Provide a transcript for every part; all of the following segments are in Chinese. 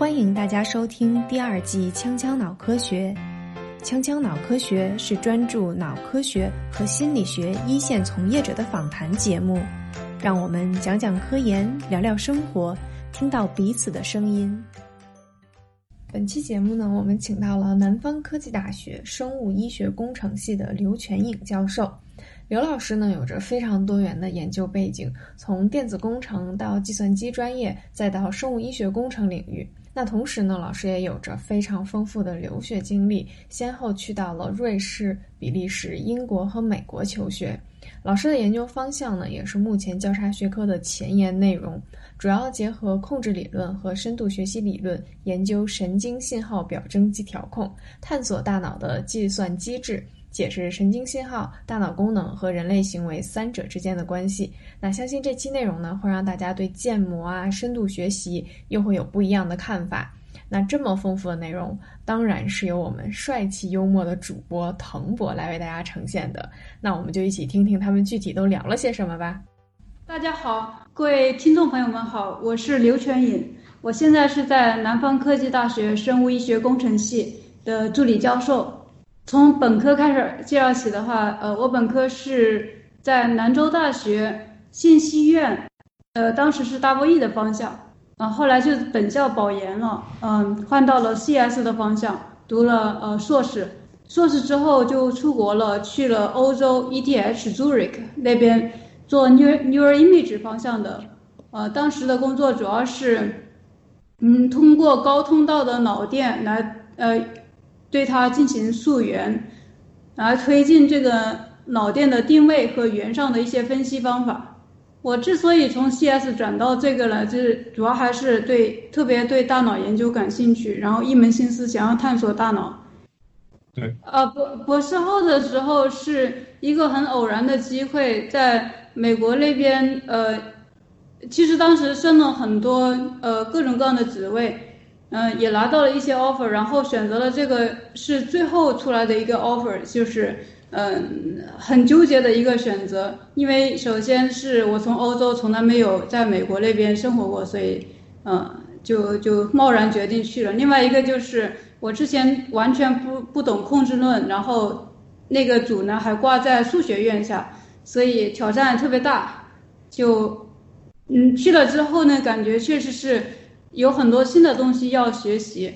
欢迎大家收听第2季锵锵脑科学。锵锵脑科学是专注脑科学和心理学一线从业者的访谈节目，让我们讲讲科研，聊聊生活，听到彼此的声音。本期节目呢，我们请到了南方科技大学生物医学工程系的刘全颖教授。刘老师呢，有着非常多元的研究背景，从电子工程到计算机专业，再到生物医学工程领域。那同时呢，老师也有着非常丰富的留学经历，先后去到了瑞士、比利时、英国和美国求学。老师的研究方向呢，也是目前交叉学科的前沿内容，主要结合控制理论和深度学习理论，研究神经信号表征及调控，探索大脑的计算机制，解释神经信号、大脑功能和人类行为三者之间的关系。那相信这期内容呢，会让大家对建模啊、深度学习又会有不一样的看法。那这么丰富的内容，当然是由我们帅气幽默的主播滕博来为大家呈现的。那我们就一起听听他们具体都聊了些什么吧。 大家好，各位听众朋友们好，我是刘全颖，我现在是在南方科技大学生物医学工程系的助理教授。从本科开始介绍起的话，我本科是在南州大学信息院，当时是 EE 的方向，后来就本校保研了，换到了 CS 的方向，读了硕士之后就出国了，去了欧洲 ETH Zurich 那边做 neuroimage 方向的，当时的工作主要是，通过高通道的脑电来对它进行溯源，来推进这个脑电的定位和源上的一些分析方法。我之所以从 CS 转到这个呢，就是主要还是特别对大脑研究感兴趣，然后一门心思想要探索大脑。 对， 博士后的时候是一个很偶然的机会，在美国那边，其实当时申了很多各种各样的职位，也拿到了一些 offer， 然后选择了这个是最后出来的一个 offer， 就是很纠结的一个选择，因为首先是我从欧洲从来没有在美国那边生活过，所以就贸然决定去了。另外一个就是我之前完全不懂控制论，然后那个组呢还挂在数学院下，所以挑战特别大。就去了之后呢，感觉确实是有很多新的东西要学习，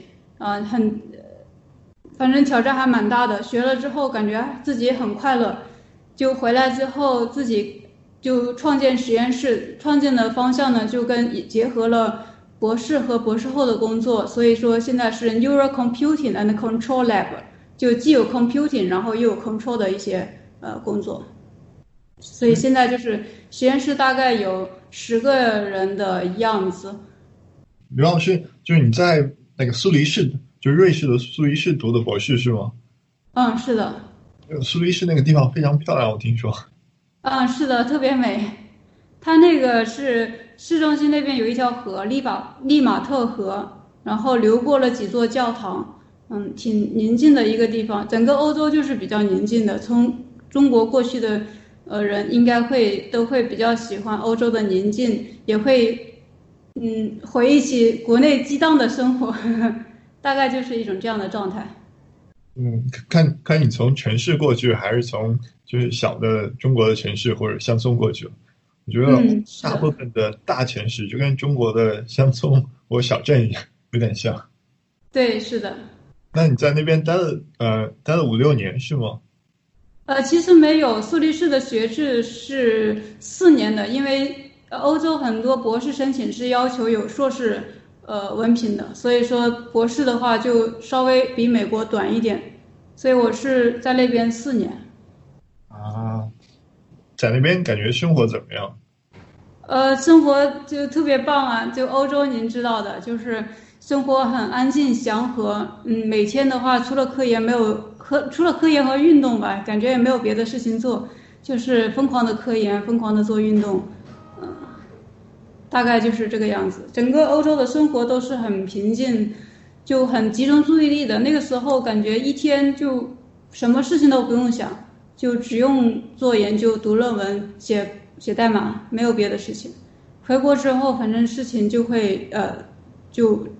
反正挑战还蛮大的。学了之后感觉自己很快乐，就回来之后自己就创建实验室，创建的方向呢就结合了博士和博士后的工作，所以说现在是 Neural Computing and Control Lab， 就既有 computing 然后又有 control 的一些工作。所以现在就是实验室大概有10个人的样子。 刘老师，就是你在那个苏黎世，就是瑞士的苏黎世读的博士是吗？ 是的。 苏黎世那个地方非常漂亮，我听说。 是的，特别美。它那个是市中心那边有一条河，利马特河，然后流过了几座教堂，挺宁静的一个地方。整个欧洲就是比较宁静的，从中国过去的人应该都会比较喜欢欧洲的宁静，也会回忆起国内激荡的生活，大概就是一种这样的状态。 看你从城市过去，还是从就是小的中国的城市或者乡村过去？我觉得大部分的大城市就跟中国的乡村或小镇有点像。 对，是的。 那你在那边待了5-6年是吗？ 其实没有，苏黎世的学制是4年的，因为欧洲很多博士申请是要求有硕士文凭的，所以说博士的话就稍微比美国短一点，所以我是在那边4年。 在那边感觉生活怎么样？ 生活就特别棒啊！就欧洲您知道的，就是生活很安静祥和。每天的话，除了科研和运动吧，感觉也没有别的事情做，就是疯狂的科研，疯狂的做运动。大概就是这个样子。整个欧洲的生活都是很平静，就很集中注意力的。那个时候感觉一天就什么事情都不用想，就只用做研究、读论文、写代码，没有别的事情。回国之后，反正事情就会就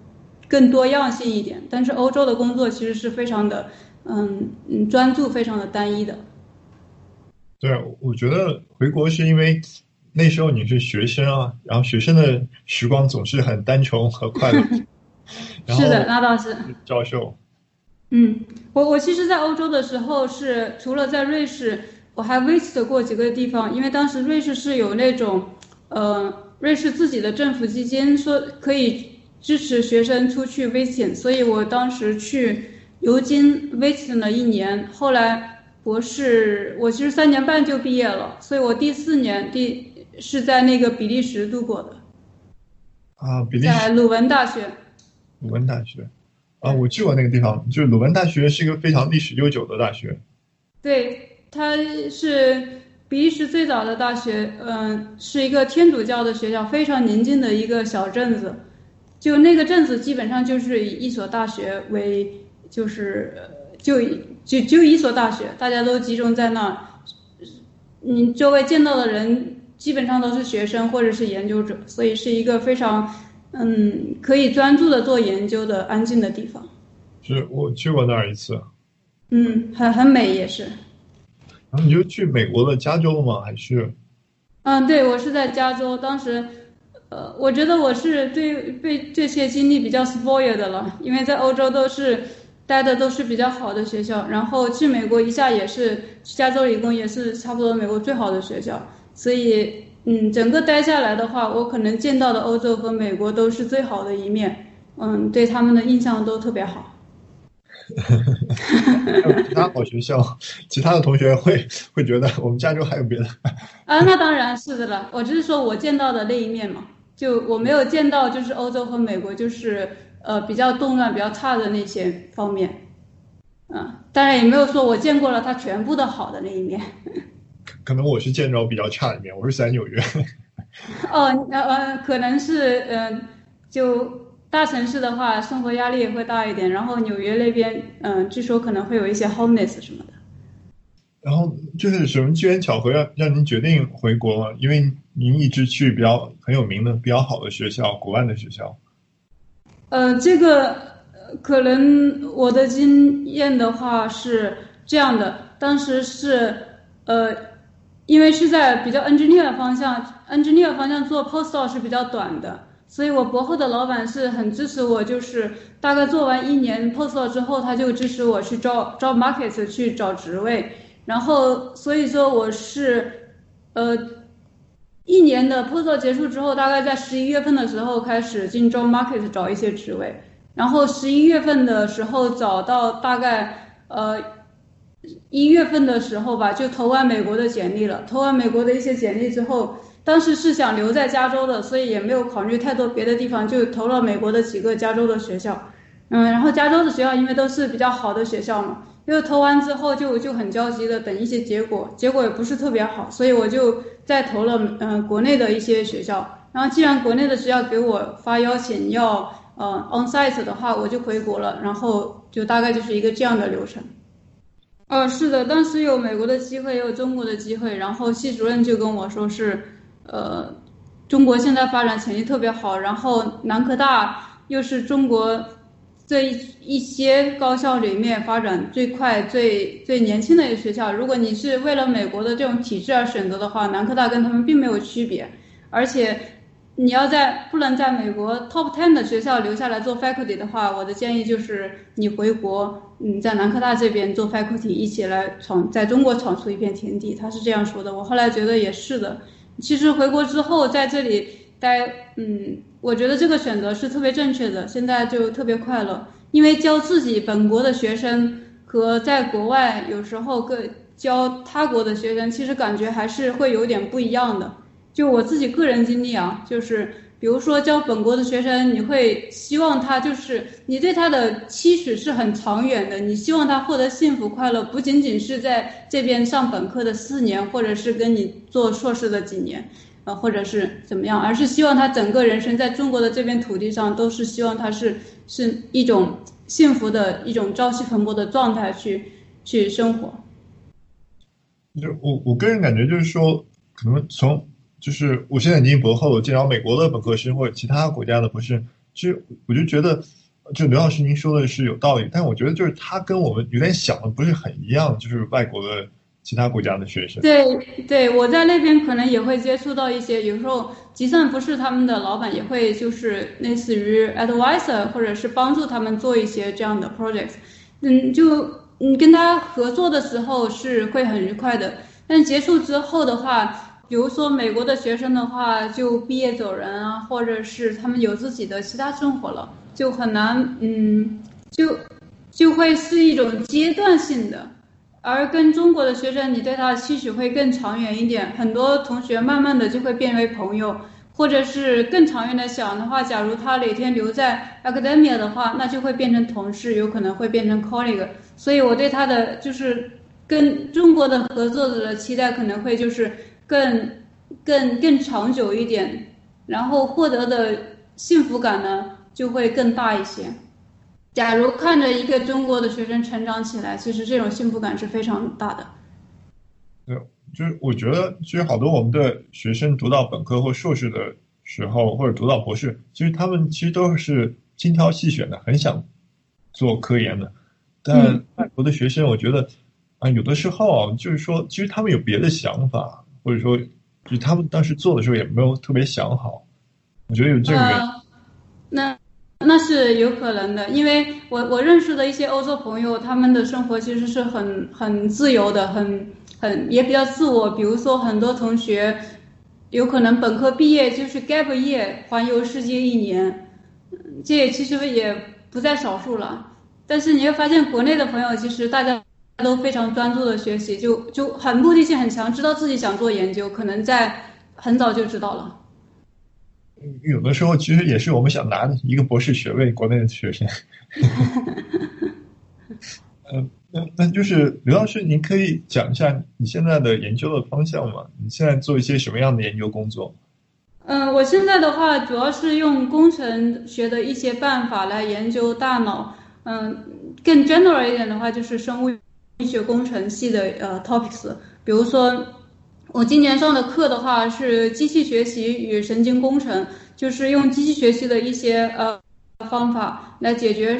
更多样性一点。但是欧洲的工作其实是非常的专注，非常的单一的。 对，我觉得回国是因为那时候你是学生啊，然后学生的时光总是很单纯和快乐。 是的，那倒是。 教授， 我其实，在欧洲的时候是除了在瑞士，我还 visit 过几个地方，因为当时瑞士是有那种瑞士自己的政府基金说可以支持学生出去 visit， 所以我当时去尤金 visit 了1年，后来博士我其实3年半就毕业了，所以我第4年是在那个比利时度过的。 比利时在鲁文大学。 鲁文大学我去过那个地方，就是鲁文大学是一个非常历史悠久的大学。 对，它是比利时最早的大学，是一个天主教的学校，非常宁静的一个小镇子。就那个镇子基本上就是以一所大学为，就一所大学，大家都集中在那儿。你周围见到的人基本上都是学生或者是研究者，所以是一个非常可以专注的做研究的安静的地方。 是我去过那儿一次。 很美也是。 然后你就去美国的加州了吗？还是？ 对，我是在加州。当时，我觉得我是被这些经历比较 spoiled 的了，因为在欧洲待的都是比较好的学校，然后去美国一下也是去加州理工也是差不多美国最好的学校，所以整个待下来的话，我可能见到的欧洲和美国都是最好的一面，对他们的印象都特别好。 其他好学校，其他的同学会觉得我们加州还有别的那当然是的了。我只是说我见到的那一面嘛，就我没有见到就是欧洲和美国就是比较动乱比较差的那些方面。当然也没有说我见过了它全部的好的那一面。 可能我是见着比较差的一面，我是在纽约。 可能是就大城市的话，生活压力也会大一点。然后纽约那边，据说可能会有一些 homeless 什么的。 然后就是什么机缘巧合让您决定回国？因为您一直去很有名的、比较好的学校，国外的学校。 这个可能我的经验的话是这样的，当时是因为是在比较 engineer 方向做 postdoc 是比较短的。所以我博后的老板是很支持我，就是大概做完1年 postdoc 之后，他就支持我去job market 去找职位。然后所以说我是1年的 postdoc 结束之后，大概在11月份的时候开始进 job market 找一些职位。然后11月份的时候找到大概1月份的时候吧，就投完美国的简历了。投完美国的一些简历之后，当时是想留在加州的，所以也没有考虑太多别的地方，就投了美国的几个加州的学校。然后加州的学校因为都是比较好的学校嘛，因为投完之后就很焦急的等一些结果也不是特别好，所以我就再投了国内的一些学校。然后既然国内的学校给我发邀请要on site 的话，我就回国了。然后就大概就是一个这样的流程。是的，当时有美国的机会，也有中国的机会。然后系主任就跟我说是中国现在发展潜力特别好，然后南科大又是中国这一些高校里面发展最快最年轻的一个学校。如果你是为了美国的这种体制而选择的话，南科大跟他们并没有区别。而且你不能在美国 top 10的学校留下来做 faculty 的话，我的建议就是你回国，在南科大这边做 faculty， 一起来在中国闯出一片天地。他是这样说的，我后来觉得也是的。其实回国之后在这里待，我觉得这个选择是特别正确的，现在就特别快乐。因为教自己本国的学生和在国外有时候教他国的学生，其实感觉还是会有点不一样的。就我自己个人经历啊，就是比如说教本国的学生，你会希望他就是你对他的期许是很长远的，你希望他获得幸福快乐，不仅仅是在这边上本科的4年，或者是跟你做硕士的几年，或者是怎么样，而是希望他整个人生在中国的这片土地上，都是希望他是一种幸福的一种朝气蓬勃的状态去生活。 就我个人感觉就是说，可能就是我现在已经博后了，见到美国的本科生或者其他国家的博士，其实我就觉得就刘老师您说的是有道理，但我觉得就是他跟我们有点想的不是很一样，就是外国的其他国家的学生。 对，我在那边可能也会接触到一些，有时候就算不是他们的老板，也会就是类似于 advisor 或者是帮助他们做一些这样的 projects。就你跟他合作的时候是会很愉快的，但结束之后的话，比如说美国的学生的话，就毕业走人啊，或者是他们有自己的其他生活了，就很难，就会是一种阶段性的。而跟中国的学生，你对他的期许会更长远一点，很多同学慢慢的就会变为朋友，或者是更长远的想的话，假如他哪天留在 academia 的话，那就会变成同事，有可能会变成 colleague。所以我对他的就是跟中国的合作者的期待可能会就是更长久一点，然后获得的幸福感呢就会更大一些。假如看着一个中国的学生成长起来，其实这种幸福感是非常大的。 对，就是我觉得，其实好多我们的学生读到本科或硕士的时候，或者读到博士，其实他们其实都是精挑细选的，很想做科研的。但外国的学生，我觉得有的时候就是说，其实他们有别的想法，或者说，就他们当时做的时候也没有特别想好。我觉得有这个原因。 那是有可能的，因为我认识的一些欧洲朋友，他们的生活其实是很自由的，也比较自我。比如说，很多同学有可能本科毕业就是 gap year 环游世界1年，这其实也不在少数了。但是你会发现，国内的朋友其实大家都非常专注的学习，就很目的性很强，知道自己想做研究，可能在很早就知道了。 有的时候其实也是我们想拿一个博士学位，国内的学生。那就是刘老师，您可以讲一下你现在的研究的方向吗？你现在做一些什么样的研究工作？ 我现在的话主要是用工程学的一些办法来研究大脑。更 general 一点的话，就是生物医学工程系的topics。比如说，我今年上的课的话是机器学习与神经工程，就是用机器学习的一些方法来解决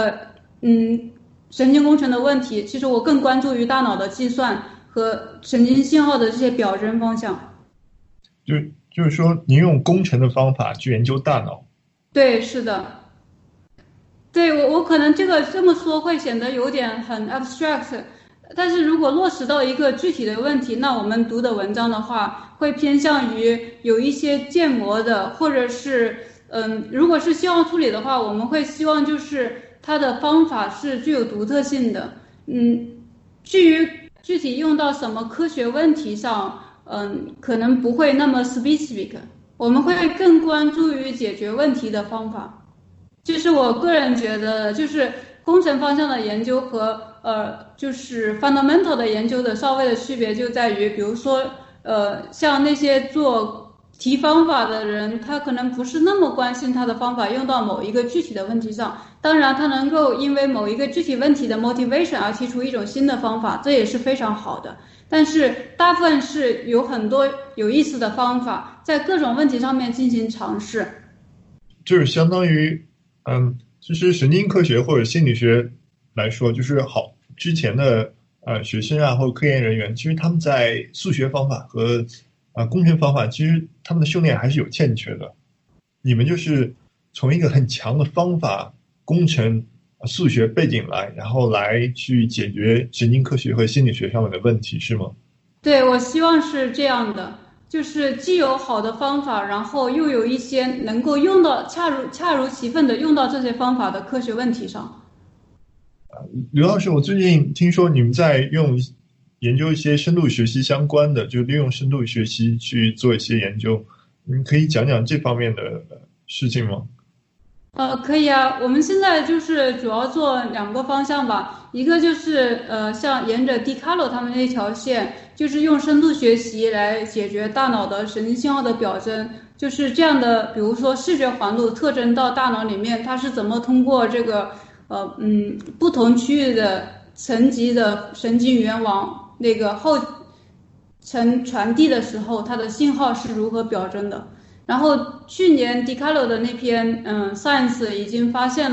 神经工程的问题。其实我更关注于大脑的计算和神经信号的这些表征方向。 就是说，您用工程的方法去研究大脑。 对，是的。对，我可能这么说会显得有点很 abstract， 但是如果落实到一个具体的问题，那我们读的文章的话，会偏向于有一些建模的，或者是如果是信号处理的话，我们会希望就是它的方法是具有独特性的。至于具体用到什么科学问题上，可能不会那么 specific， 我们会更关注于解决问题的方法。就是我个人觉得，就是工程方向的研究和就是 fundamental 的研究的稍微的区别就在于，比如说像那些做提方法的人，他可能不是那么关心他的方法用到某一个具体的问题上，当然他能够因为某一个具体问题的 motivation 而提出一种新的方法，这也是非常好的。但是大部分是有很多有意思的方法在各种问题上面进行尝试， 就是相当于其实神经科学或者心理学来说，就是之前的学生或者科研人员，其实他们在数学方法和工程方法，其实他们的训练还是有欠缺的。你们就是从一个很强的方法、工程、数学背景来，然后来去解决神经科学和心理学上面的问题，是吗？ 对，我希望是这样的。就是既有好的方法，然后又有一些能够用到恰如其分的用到这些方法的科学问题上。 刘老师，我最近听说你们在研究一些深度学习相关的，就利用深度学习去做一些研究，你可以讲讲这方面的事情吗？ 可以啊，我们现在就是主要做2个方向吧，一个就是像沿着迪卡罗他们那条线，就是用深度学习来解决大脑的神经信号的表征，就是这样的，比如说视觉环路特征到大脑里面，它是怎么通过这个不同区域的层级的神经元往那个后层传递的时候，它的信号是如何表征的。然后去年迪卡罗的那篇Science 已经发现了，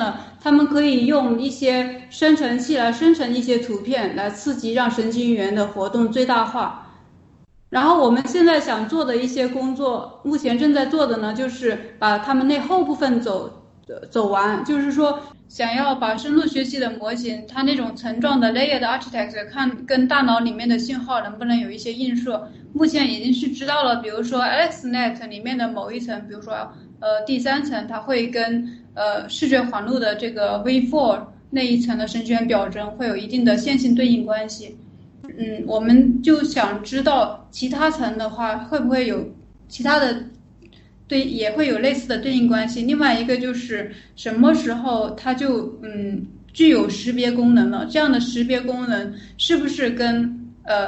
他们可以用一些生成器来生成一些图片，来刺激让神经元的活动最大化。然后我们现在想做的一些工作，目前正在做的呢，就是把他们那后部分走完，就是说想要把深度学习的模型，它那种层状的 layer 的 architecture 看跟大脑里面的信号能不能有一些映射。目前已经是知道了，比如说 AlexNet 里面的某一层，比如说第3层，它会跟视觉环路的这个 V4 那一层的神经元表征会有一定的线性对应关系。我们就想知道其他层的话会不会有其他的也会有类似的对应关系。另外一个就是什么时候它就具有识别功能了，这样的识别功能是不是跟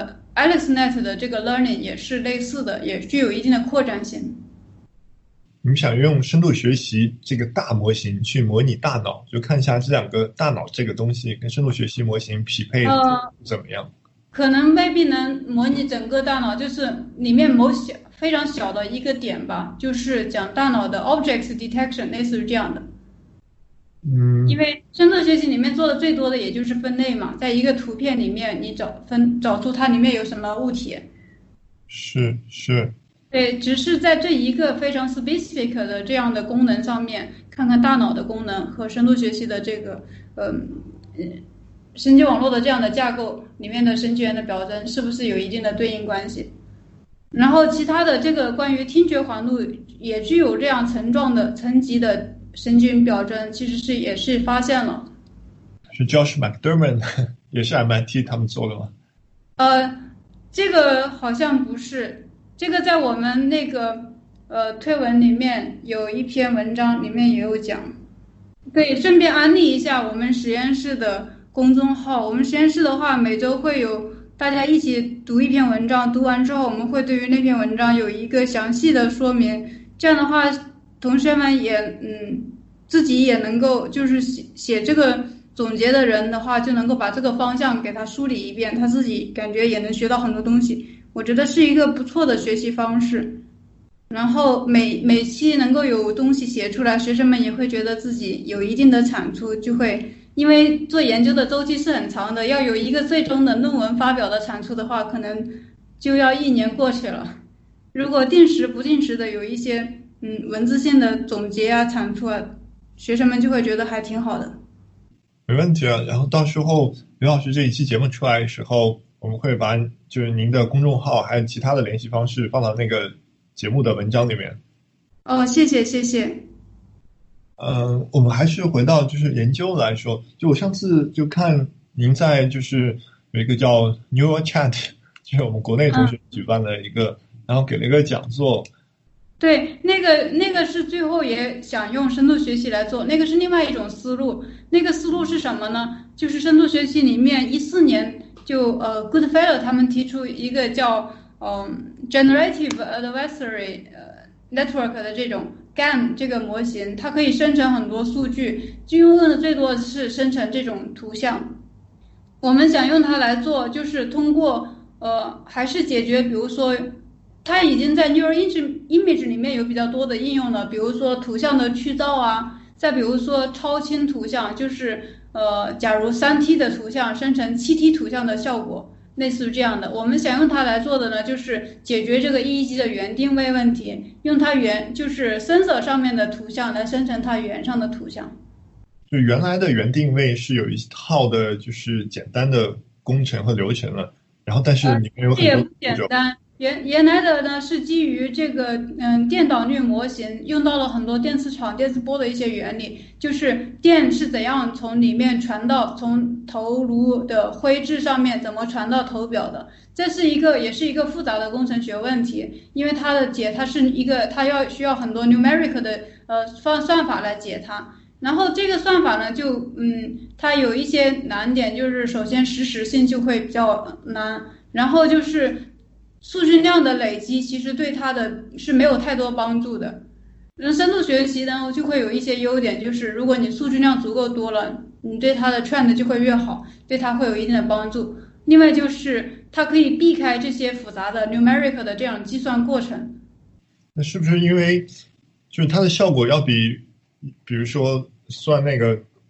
AlexNet 的这个 learning 也是类似的，也具有一定的扩展性。 你们想用深度学习这个大模型去模拟大脑，就看一下这两个大脑这个东西跟深度学习模型匹配怎么样？ 可能未必能模拟整个大脑，就是里面非常小的一个点吧，就是讲大脑的 objects detection， 类似于这样的。因为深度学习里面做的最多的也就是分类嘛，在一个图片里面你找出它里面有什么物体。 是。 对，只是在这一个非常 specific 的这样的功能上面，看看大脑的功能和深度学习的这个神经网络的这样的架构里面的神经元的表征是不是有一定的对应关系。然后其他的这个关于听觉环路也具有这样层级的神经元表征，其实也是发现了。 是 Josh McDermott 也是 MIT 他们做的吗？ 这个好像不是，这个在我们那个推文里面有一篇文章里面也有讲。对，顺便安利一下我们实验室的公众号。我们实验室的话，每周会有大家一起读一篇文章，读完之后我们会对于那篇文章有一个详细的说明。这样的话，同学们也自己也能够就是写这个总结的人的话，就能够把这个方向给他梳理一遍，他自己感觉也能学到很多东西。我觉得是一个不错的学习方式。然后每期能够有东西写出来，学生们也会觉得自己有一定的产出，就会因为做研究的周期是很长的，要有一个最终的论文发表的产出的话，可能就要1年过去了。如果定时不定时的有一些文字性的总结啊产出啊，学生们就会觉得还挺好的。 没问题啊，然后到时候刘老师这一期节目出来的时候，我们会把就是您的公众号还有其他的联系方式放到那个节目的文章里面。 谢谢。 我们还是回到就是研究来说，就我上次就看您在就是有一个叫 Neural Chat， 就是我们国内同学举办的一个，然后给了一个讲座。 对，那个是最后也想用深度学习来做，那个是另外一种思路。那个思路是什么呢？就是深度学习里面14年就Goodfellow 他们提出一个叫Generative Adversary Network 的这种 GAN 这个模型，它可以生成很多数据，就用的最多的是生成这种图像。我们想用它来做，就是通过还是解决，比如说它已经在 Neural Image 里面有比较多的应用了，比如说图像的去噪啊，再比如说超清图像，就是假如3T 的图像生成7T 图像的效果，类似于这样的。我们想用它来做的呢，就是解决这个EEG 的原定位问题，用它就是 sensor 上面的图像来生成它原上的图像。 就原来的原定位是有一套的就是简单的工程和流程了，然后但是里面有很多也不简单。原来的呢是基于这个电导率模型，用到了很多电磁场、电磁波的一些原理，就是电是怎样从里面从头颅的灰质上面怎么传到头表的。这是也是一个复杂的工程学问题，因为它需要很多 numeric 的算法来解它。然后这个算法呢，它有一些难点，就是首先实时性就会比较难，然后就是数据量的累积其实对它的是没有太多帮助的。深度学习呢就会有一些优点，就是如果你数据量足够多了，你对它的 trend 就会越好，对它会有一定的帮助。另外就是它可以避开这些复杂的 numeric 的这样计算过程。 那是不是因为就是它的效果要比如说算那个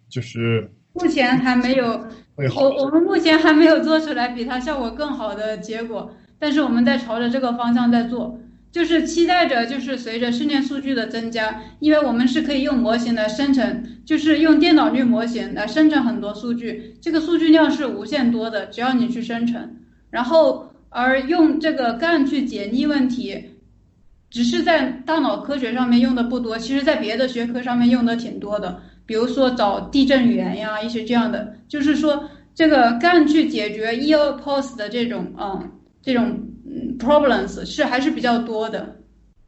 就是目前还没有，我们目前还没有做出来比它效果更好的结果，但是我们在朝着这个方向在做，就是期待着就是随着训练数据的增加，因为我们是可以用模型来生成，就是用电脑率模型来生成很多数据，这个数据量是无限多的，只要你去生成，然后而用这个 GAN 去解逆问题，只是在大脑科学上面用的不多，其实在别的学科上面用的挺多的。比如说找地震源呀，一些这样的，就是说这个 GAN 去解决 EOPOS 的这种problems 是还是比较多的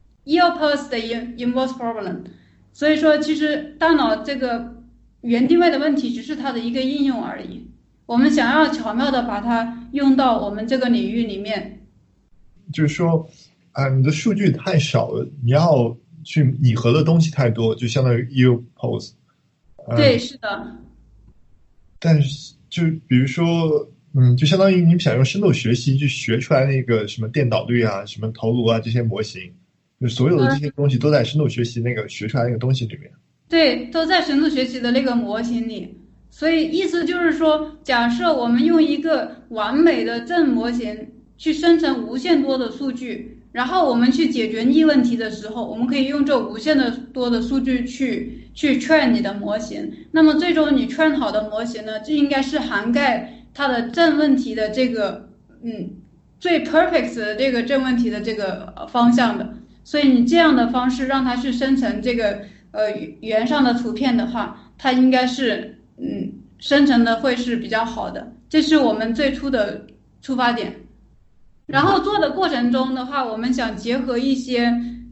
，EOPOS 的 inverse problem， 所以说其实大脑这个原定位的问题只是它的一个应用而已。我们想要巧妙的把它用到我们这个领域里面， 就是说你的数据太少了，你要去拟合的东西太多，就相当于 EOPOS。 对，是的。 但是就比如说，就相当于你想用深度学习去学出来那个什么电导率啊、什么头颅啊这些模型，就所有的这些东西都在深度学习那个学出来那个东西里面。 对，都在深度学习的那个模型里。所以意思就是说，假设我们用一个完美的正模型去生成无限多的数据。然后我们去解决逆问题的时候，我们可以用这无限的多的数据去 train 你的模型。那么最终你 train 好的模型呢，这应该是涵盖它的正问题的这个最 perfect 的这个正问题的这个方向的。所以你这样的方式让它去生成这个圆上的图片的话，它应该是生成的会是比较好的。这是我们最初的出发点。然后做的过程中的话，我们想结合一些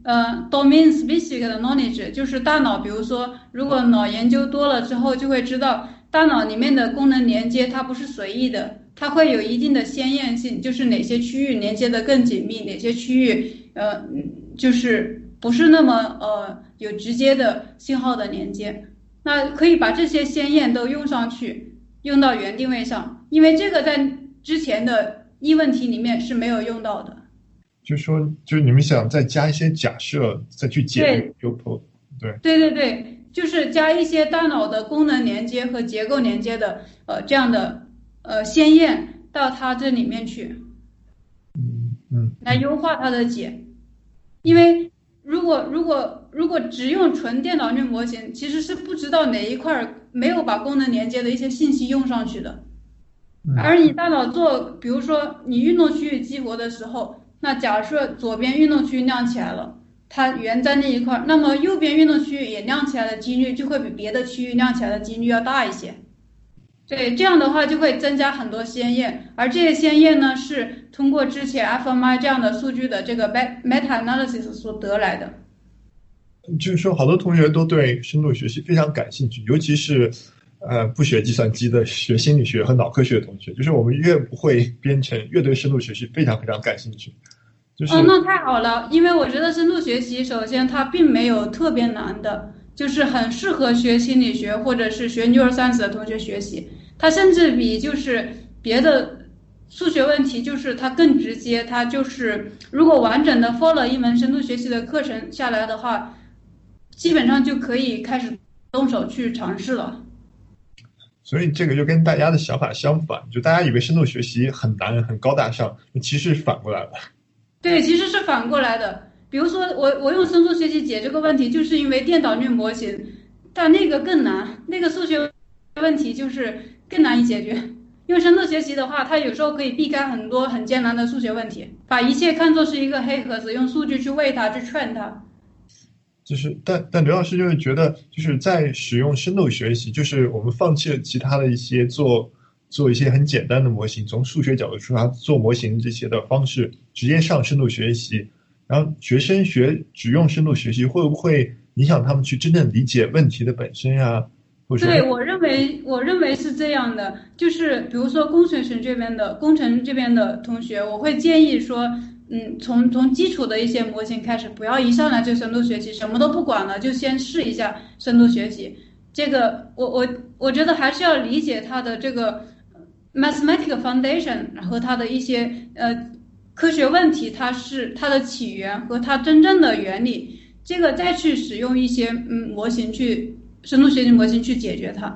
domain specific 的 knowledge， 就是大脑，比如说如果脑研究多了之后，就会知道大脑里面的功能连接它不是随意的，它会有一定的先验性，就是哪些区域连接的更紧密，哪些区域就是不是那么有直接的信号的连接。那可以把这些先验都用上去，用到原定位上，因为这个在之前的一问题里面是没有用到的。 就是说，就是你们想再加一些假设，再去解 EOPOS。 对，就是加一些大脑的功能连接和结构连接的这样的先验到它这里面去，来优化它的解。因为如果只用纯电脑率模型，其实是不知道哪一块没有把功能连接的一些信息用上去的。而你大脑做，比如说你运动区域激活的时候，那假设左边运动区域亮起来了，它圆在那一块，那么右边运动区域也亮起来的几率就会比别的区域亮起来的几率要大一些。对，这样的话就会增加很多先验，而这些先验呢是通过之前 fMRI 这样的数据的这个 meta analysis 所得来的。 就是说，好多同学都对深度学习非常感兴趣，尤其是不学计算机的，学心理学和脑科学的同学，就是我们越不会编程，越对深度学习非常非常感兴趣。 那太好了，因为我觉得深度学习首先它并没有特别难的，就是很适合学心理学或者是学 neuroscience 的同学学习。它甚至比就是别的数学问题，就是它更直接，它就是如果完整的 follow 一门深度学习的课程下来的话，基本上就可以开始动手去尝试了。 所以这个就跟大家的想法相反，就大家以为深度学习很难很高大上，其实是反过来了。 对，其实是反过来的。比如说我用深度学习解这个问题，就是因为电导率模型，但那个更难，那个数学问题就是更难以解决。用深度学习的话，它有时候可以避开很多很艰难的数学问题，把一切看作是一个黑盒子，用数据去喂它，去 train 它。 就是但刘老师就是觉得，就是在使用深度学习，就是我们放弃了其他的一些做一些很简单的模型，从数学角度出发做模型这些的方式，直接上深度学习，然后学生只用深度学习，会不会影响他们去真正理解问题的本身呀？ 对，我认为是这样的，就是比如说工程这边的同学，我会建议说，从基础的一些模型开始，不要一上来就深度学习，什么都不管了，就先试一下深度学习。这个我觉得还是要理解它的这个 mathematical foundation 和它的一些科学问题，它的起源和它真正的原理，这个再去使用一些模型去深度学习模型去解决它。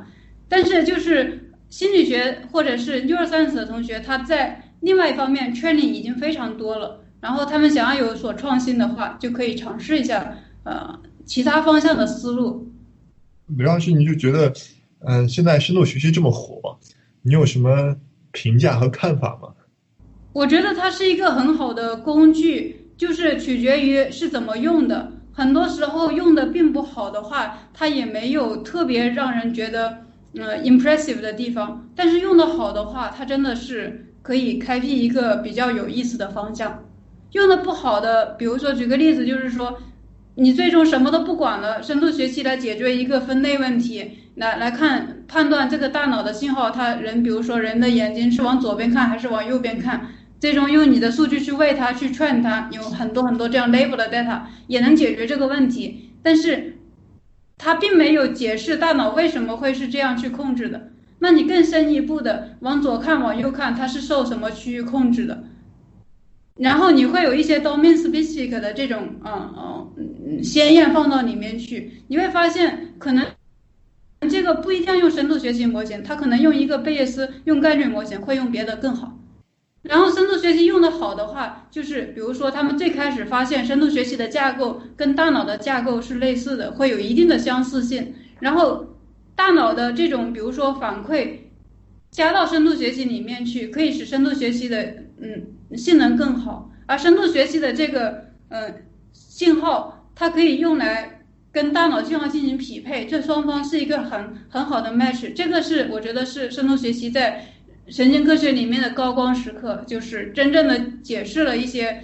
但是就是心理学或者是 neuroscience 的同学，他在另外一方面 training 已经非常多了，然后他们想要有所创新的话，就可以尝试一下其他方向的思路。 刘老师，你就觉得现在深度学习这么火，你有什么评价和看法吗？ 我觉得它是一个很好的工具，就是取决于是怎么用的。很多时候用的并不好的话，它也没有特别让人觉得impressive 的地方。但是用的好的话，它真的是可以开辟一个比较有意思的方向。用的不好的，比如说举个例子，就是说你最终什么都不管了，深度学习来解决一个分类问题，来判断这个大脑的信号，比如说人的眼睛是往左边看还是往右边看。最终用你的数据去喂它，去 train 它，有很多很多这样 label 的 data 也能解决这个问题，但是它并没有解释大脑为什么会是这样去控制的。那你更深一步的往左看往右看，它是受什么区域控制的？然后你会有一些 domain specific 的这种先验放到里面去，你会发现可能这个不一定要用深度学习模型，它可能用一个贝叶斯用概率模型会用别的更好。然后深度学习用的好的话，就是比如说他们最开始发现深度学习的架构跟大脑的架构是类似的，会有一定的相似性。然后大脑的这种比如说反馈加到深度学习里面去，可以使深度学习的性能更好。而深度学习的这个信号，它可以用来跟大脑信号进行匹配，这双方是一个很好的 match。这个是我觉得是深度学习在神经科学里面的高光时刻，就是真正的解释了一些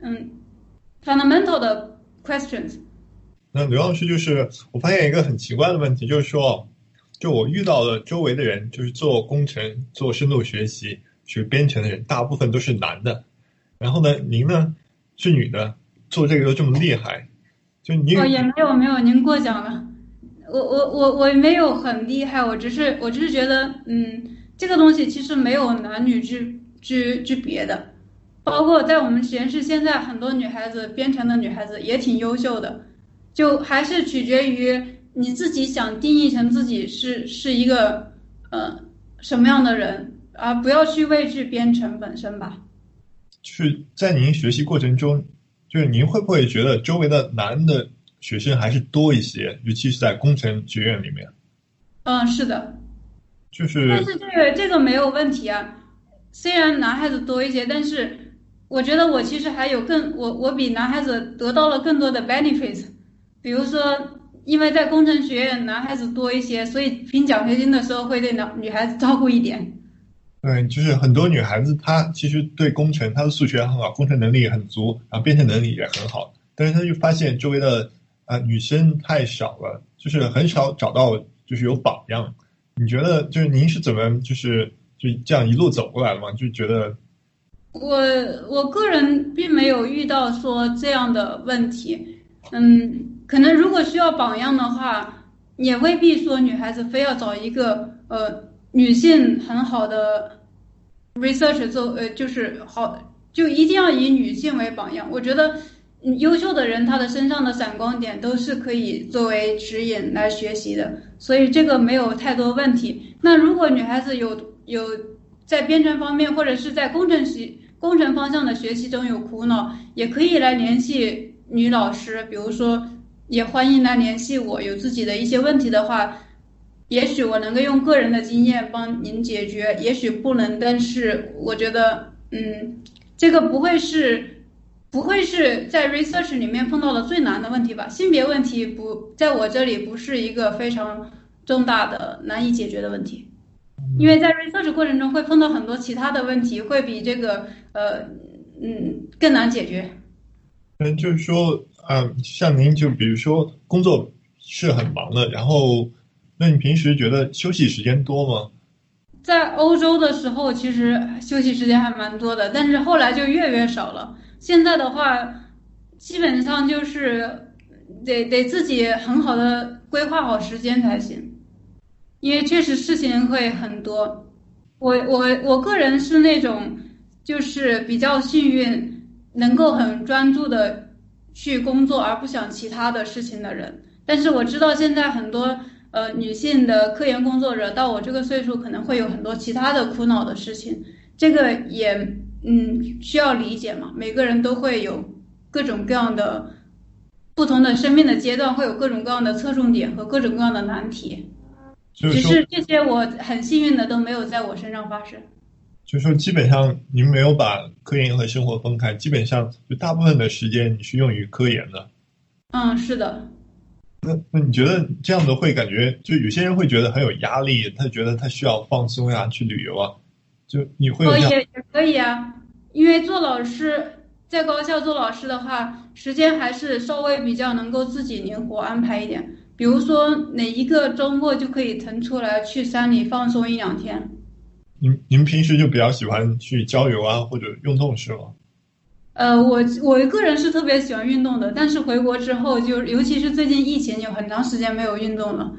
fundamental 的 questions。 那刘老师，就是我发现一个很奇怪的问题，就是说，就我遇到了周围的人，就是做工程、做深度学习、学编程的人，大部分都是男的。然后呢，您呢是女的，做这个又这么厉害，就您也没有，您过奖了。我没有很厉害，我只是觉得这个东西其实没有男女之别的，包括在我们实验室，现在很多女孩子编程的女孩子也挺优秀的，就还是取决于你自己想定义成自己是一个什么样的人，而不要去畏惧编程本身吧。 就是在您学习过程中，就是您会不会觉得周围的男的学生还是多一些，尤其是在工程学院里面？ 是的。 但是这个没有问题啊，虽然男孩子多一些，但是我觉得我其实还有我比男孩子得到了更多的 benefits， 比如说因为在工程学院男孩子多一些，所以评奖学金的时候会对女孩子照顾一点。 对，就是很多女孩子她其实对工程她的数学很好，工程能力也很足，然后编程能力也很好，但是她就发现周围的女生太少了，就是很少找到就是有榜样。你觉得就是您是怎么就这样一路走过来的吗？就觉得我个人并没有遇到说这样的问题，可能如果需要榜样的话，也未必说女孩子非要找一个女性很好的 research 做就是好，就一定要以女性为榜样。我觉得优秀的人他的身上的闪光点都是可以作为指引来学习的，所以这个没有太多问题。那如果女孩子有在编程方面或者是在工程方向的学习中有苦恼，也可以来联系女老师，比如说也欢迎来联系我，有自己的一些问题的话，也许我能够用个人的经验帮您解决，也许不能，但是我觉得这个不会是在 research 里面碰到的最难的问题吧。性别问题在我这里不是一个非常重大的难以解决的问题，因为在 research 过程中会碰到很多其他的问题，会比这个更难解决。 就是说像您就比如说工作是很忙的，然后那你平时觉得休息时间多吗？ 在欧洲的时候其实休息时间还蛮多的，但是后来就越少了。现在的话基本上就是得自己很好的规划好时间才行，因为确实事情会很多。我个人是那种就是比较幸运能够很专注的去工作而不想其他的事情的人，但是我知道现在很多女性的科研工作者到我这个岁数可能会有很多其他的苦恼的事情，这个也需要理解嘛。每个人都会有各种各样的不同的生命的阶段，会有各种各样的侧重点和各种各样的难题，只是这些我很幸运的都没有在我身上发生。 就是说基本上您没有把科研和生活分开，基本上就大部分的时间你是用于科研的。 是的。 那你觉得这样的会感觉，就有些人会觉得很有压力，他觉得他需要放松呀，去旅游啊，就你会有这样？ 也可以啊，因为做老师，在高校做老师的话，时间还是稍微比较能够自己灵活安排一点。比如说哪一个周末就可以腾出来去山里放松1-2天。 您平时就比较喜欢去郊游啊，或者运动是吗？ 我个人是特别喜欢运动的，但是回国之后尤其是最近疫情，有很长时间没有运动了。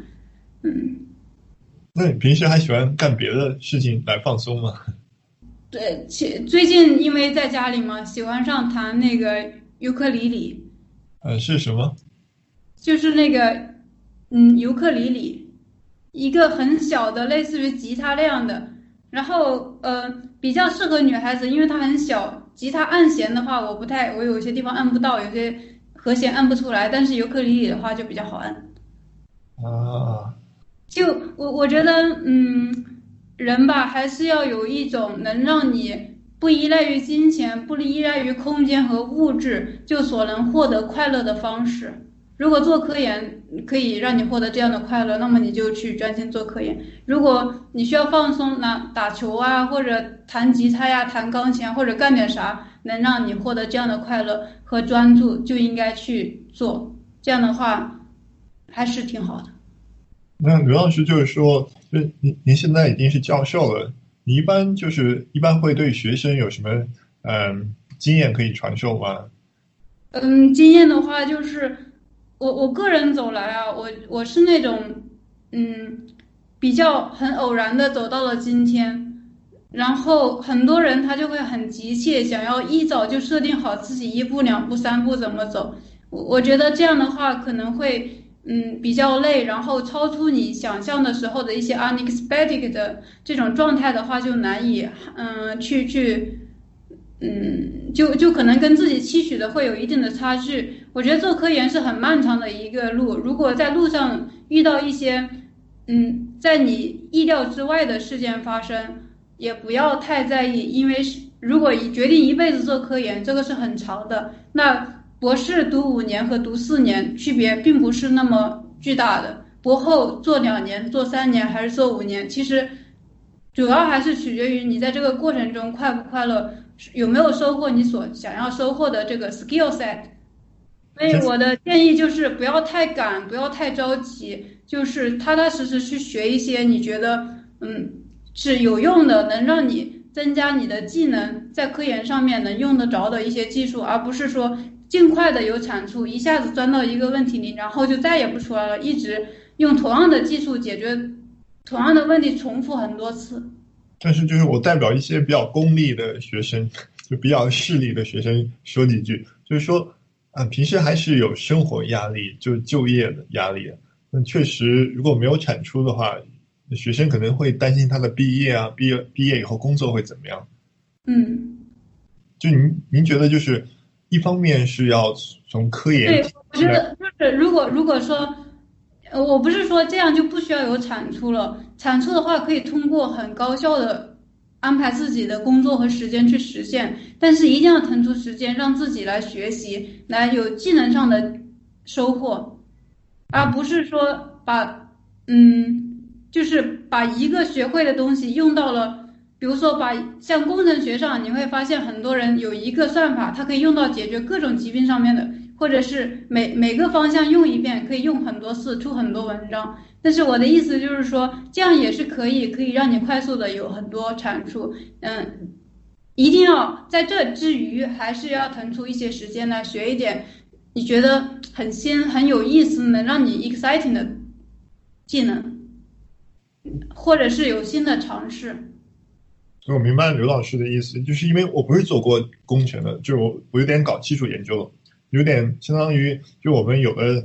那你平时还喜欢干别的事情来放松吗？ 对，最近因为在家里嘛，喜欢上弹那个尤克里里。 是什么？ 就是那个尤克里里，一个很小的类似于吉他那样的，然后比较适合女孩子，因为它很小。吉他按弦的话，我有些地方按不到，有些和弦按不出来，但是尤克里里的话就比较好按。就我觉得人吧还是要有一种能让你不依赖于金钱，不依赖于空间和物质就所能获得快乐的方式。如果做科研可以让你获得这样的快乐，那么你就去专心做科研。如果你需要放松，打球啊，或者弹吉他呀、弹钢琴，或者干点啥能让你获得这样的快乐和专注，就应该去做。这样的话还是挺好的。 那刘老师就是说，就您现在已经是教授了，你一般会对学生有什么经验可以传授吗？ 经验的话就是我个人走来啊，我是那种比较很偶然的走到了今天，然后很多人他就会很急切想要一早就设定好自己1步2步3步怎么走，我觉得这样的话可能会比较累，然后超出你想象的时候的一些 unexpected 的这种状态的话，就难以就可能跟自己期许的会有一定的差距。我觉得做科研是很漫长的一个路，如果在路上遇到一些在你意料之外的事件发生，也不要太在意，因为如果决定一辈子做科研，这个是很长的，那博士读5年和读4年区别并不是那么巨大的，博后做2年、做3年还是做5年，其实主要还是取决于你在这个过程中快不快乐，有没有收获你所想要收获的这个 skill set。 所以我的建议就是不要太赶，不要太着急，就是踏踏实实去学一些你觉得是有用的，能让你增加你的技能，在科研上面能用得着的一些技术，而不是说尽快的有产出，一下子钻到一个问题里，然后就再也不出来了，一直用同样的技术解决同样的问题，重复很多次。 但是就是我代表一些比较功利的学生，就比较势利的学生说几句，就是说平时还是有生活压力，就就业的压力。那确实如果没有产出的话，学生可能会担心他的毕业啊，毕业以后工作会怎么样。就您觉得就是一方面是要从科研， 对，我觉得就是如果说我不是说这样就不需要有产出了，产出的话可以通过很高效的安排自己的工作和时间去实现，但是一定要腾出时间让自己来学习，来有技能上的收获，而不是说就是把一个学会的东西用到了，比如说像工程学上，你会发现很多人有一个算法，它可以用到解决各种疾病上面的，或者是每个方向用一遍，可以用很多次，出很多文章。但是我的意思就是说，这样也是可以让你快速的有很多产出。一定要在这之余，还是要腾出一些时间来学一点你觉得很新、很有意思、能让你 exciting 的技能，或者是有新的尝试。 所以我明白刘老师的意思，就是因为我不是做过工程的，就是我有点搞技术研究，有点相当于就我们有的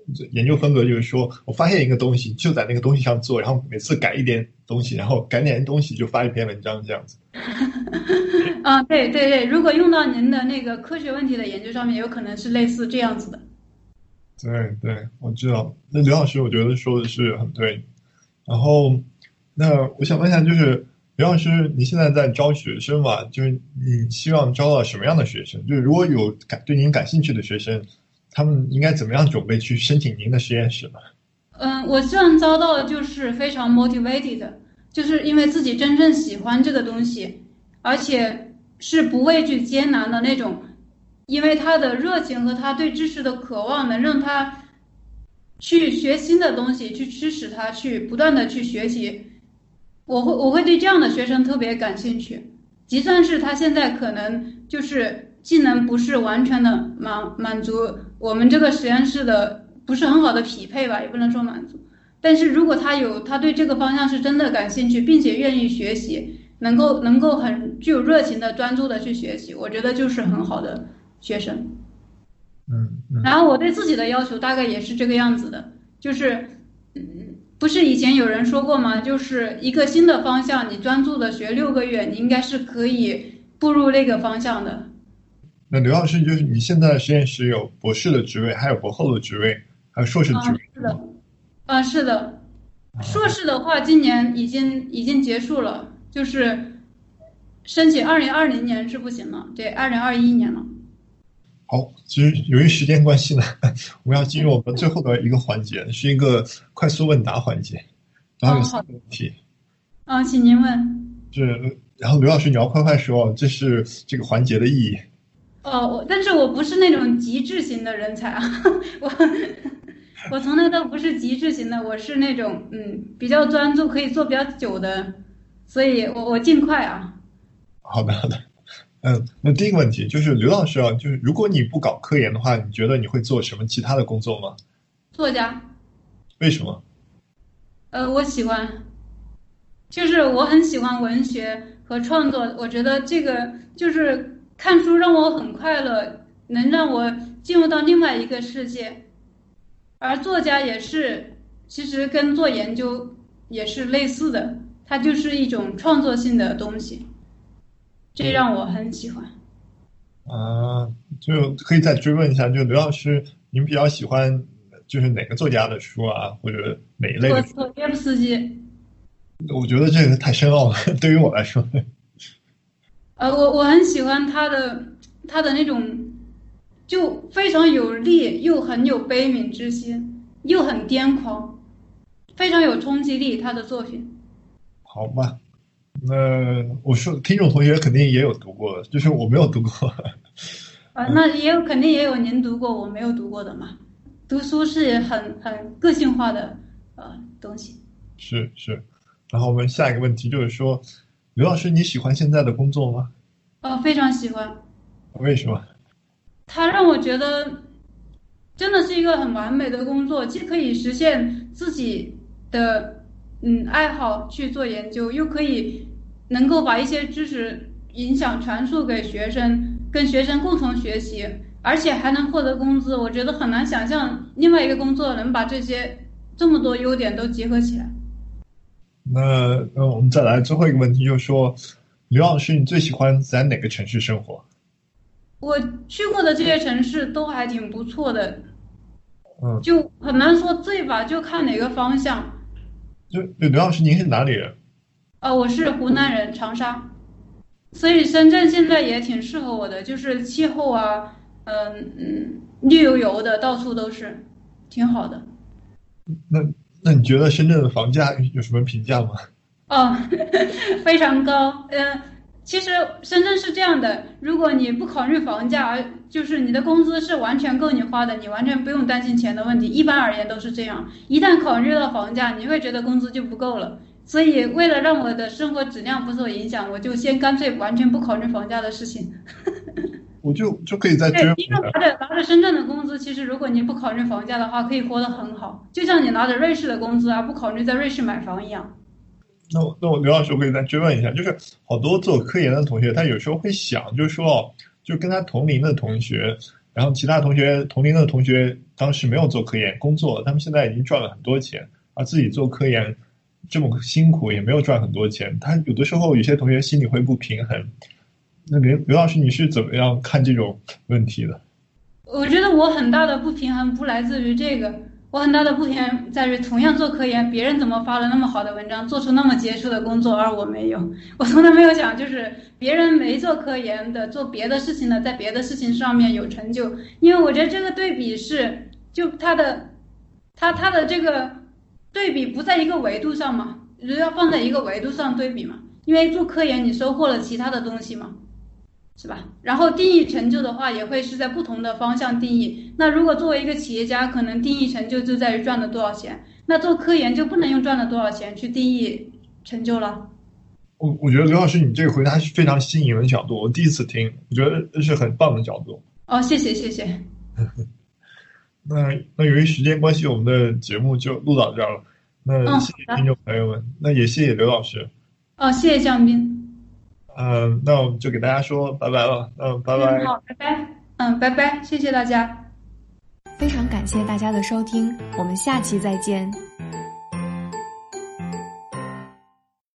研究风格就是说我发现一个东西就在那个东西上做，然后每次改一点东西，然后改点东西就发一篇文章这样子。 对对对，如果用到您的那个科学问题的研究上面，有可能是类似这样子的。 对对，我知道。那刘老师我觉得说的是很对。然后那我想问一下，就是刘老师你现在在招学生嘛，就是你希望招到什么样的学生？就是如果有对您感兴趣的学生，他们应该怎么样准备去申请您的实验室呢？ 我希望招到的就是非常 motivated 的，就是因为自己真正喜欢这个东西，而且是不畏惧艰难的那种，因为他的热情和他对知识的渴望，能让他去学新的东西，去驱使他去不断的去学习。我会对这样的学生特别感兴趣，即算是他现在可能就是技能不是完全的满足我们这个实验室的，不是很好的匹配吧，也不能说满足。但是如果他对这个方向是真的感兴趣，并且愿意学习，能够很具有热情的专注的去学习，我觉得就是很好的学生。然后我对自己的要求大概也是这个样子的，就是不是以前有人说过吗？就是一个新的方向，你专注的学6个月，你应该是可以步入那个方向的。 那刘老师，就是你现在实验室有博士的职位，还有博后的职位，还有硕士职位。 是的，是的。硕士的话，今年已经结束了，就是申请2020年是不行了，对，2021年了。 好，其实由于时间关系呢，我们要进入我们最后的一个环节，是一个快速问答环节，然后有3个问题。 请您问。 然后刘老师你要快快说，这是这个环节的意义。 但是我不是那种极致型的人才啊，我从来都不是极致型的，我是那种比较专注，可以做比较久的，所以我尽快啊。 好的。那第一个问题就是刘老师啊，就是如果你不搞科研的话，你觉得你会做什么其他的工作吗？ 作家。 为什么？ 我喜欢，就是我很喜欢文学和创作，我觉得这个就是看书让我很快乐，能让我进入到另外一个世界。而作家也是，其实跟做研究也是类似的，它就是一种创作性的东西。这让我很喜欢。 就可以再追问一下，就刘老师，您比较喜欢就是哪个作家的书啊，或者哪一类的书？ 托耶夫斯基。 我觉得这个太深奥了，对于我来说。 我很喜欢他的那种，就非常有力，又很有悲悯之心，又很癫狂，非常有冲击力。他的作品。 好吧。那我说，听众同学肯定也有读过，就是我没有读过。 那肯定也有您读过我没有读过的嘛。读书是很个性化的东西。 是。然后我们下一个问题就是说，刘老师你喜欢现在的工作吗？ 非常喜欢。 为什么？ 它让我觉得真的是一个很完美的工作，既可以实现自己的爱好去做研究，又可以能够把一些知识影响传输给学生，跟学生共同学习，而且还能获得工资。我觉得很难想象另外一个工作能把这么多优点都结合起来。 那我们再来最后一个问题，就是说，刘老师你最喜欢在哪个城市生活？ 我去过的这些城市都还挺不错的。就很难说最吧，就看哪个方向。 就刘老师您是哪里人？ 我是湖南人，长沙。所以深圳现在也挺适合我的，就是气候啊，绿油油的，到处都是，挺好的。 那你觉得深圳的房价有什么评价吗？ 非常高。其实深圳是这样的，如果你不考虑房价，就是你的工资是完全够你花的，你完全不用担心钱的问题。一般而言都是这样。一旦考虑到房价，你会觉得工资就不够了。所以为了让我的生活质量不受影响，我就先干脆完全不考虑房价的事情。 我就可以在追问。 因为拿着深圳的工资，其实如果你不考虑房价的话，可以活得很好，就像你拿着瑞士的工资不考虑在瑞士买房一样。 那我刘老师，我可以再追问一下，就是好多做科研的同学，他有时候会想，就是说，就跟他同龄的同学， 然后其他同龄的同学当时没有做科研工作，他们现在已经赚了很多钱，而自己做科研这么辛苦也没有赚很多钱，他有的时候有些同学心里会不平衡。那刘老师，你是怎么样看这种问题的？ 我觉得我很大的不平衡不来自于这个，我很大的不平衡在于同样做科研，别人怎么发了那么好的文章，做出那么杰出的工作，而我没有。我从来没有想就是别人没做科研的，做别的事情的，在别的事情上面有成就，因为我觉得这个对比是就他的这个对比不在一个维度上嘛，要放在一个维度上对比嘛，因为做科研你收获了其他的东西嘛。是吧？然后定义成就的话，也会是在不同的方向定义。那如果作为一个企业家，可能定义成就就在于赚了多少钱。那做科研就不能用赚了多少钱去定义成就了。 我觉得刘老师你这个回答是非常新颖的角度，我第一次听，我觉得这是很棒的角度。 哦，谢谢谢谢。 那由于时间关系，我们的节目就录到这儿了。那谢谢听众朋友们，那也谢谢刘老师。 哦，谢谢江斌。 那我们就给大家说拜拜了。拜拜。 好，拜拜。拜拜，谢谢大家。 非常感谢大家的收听，我们下期再见。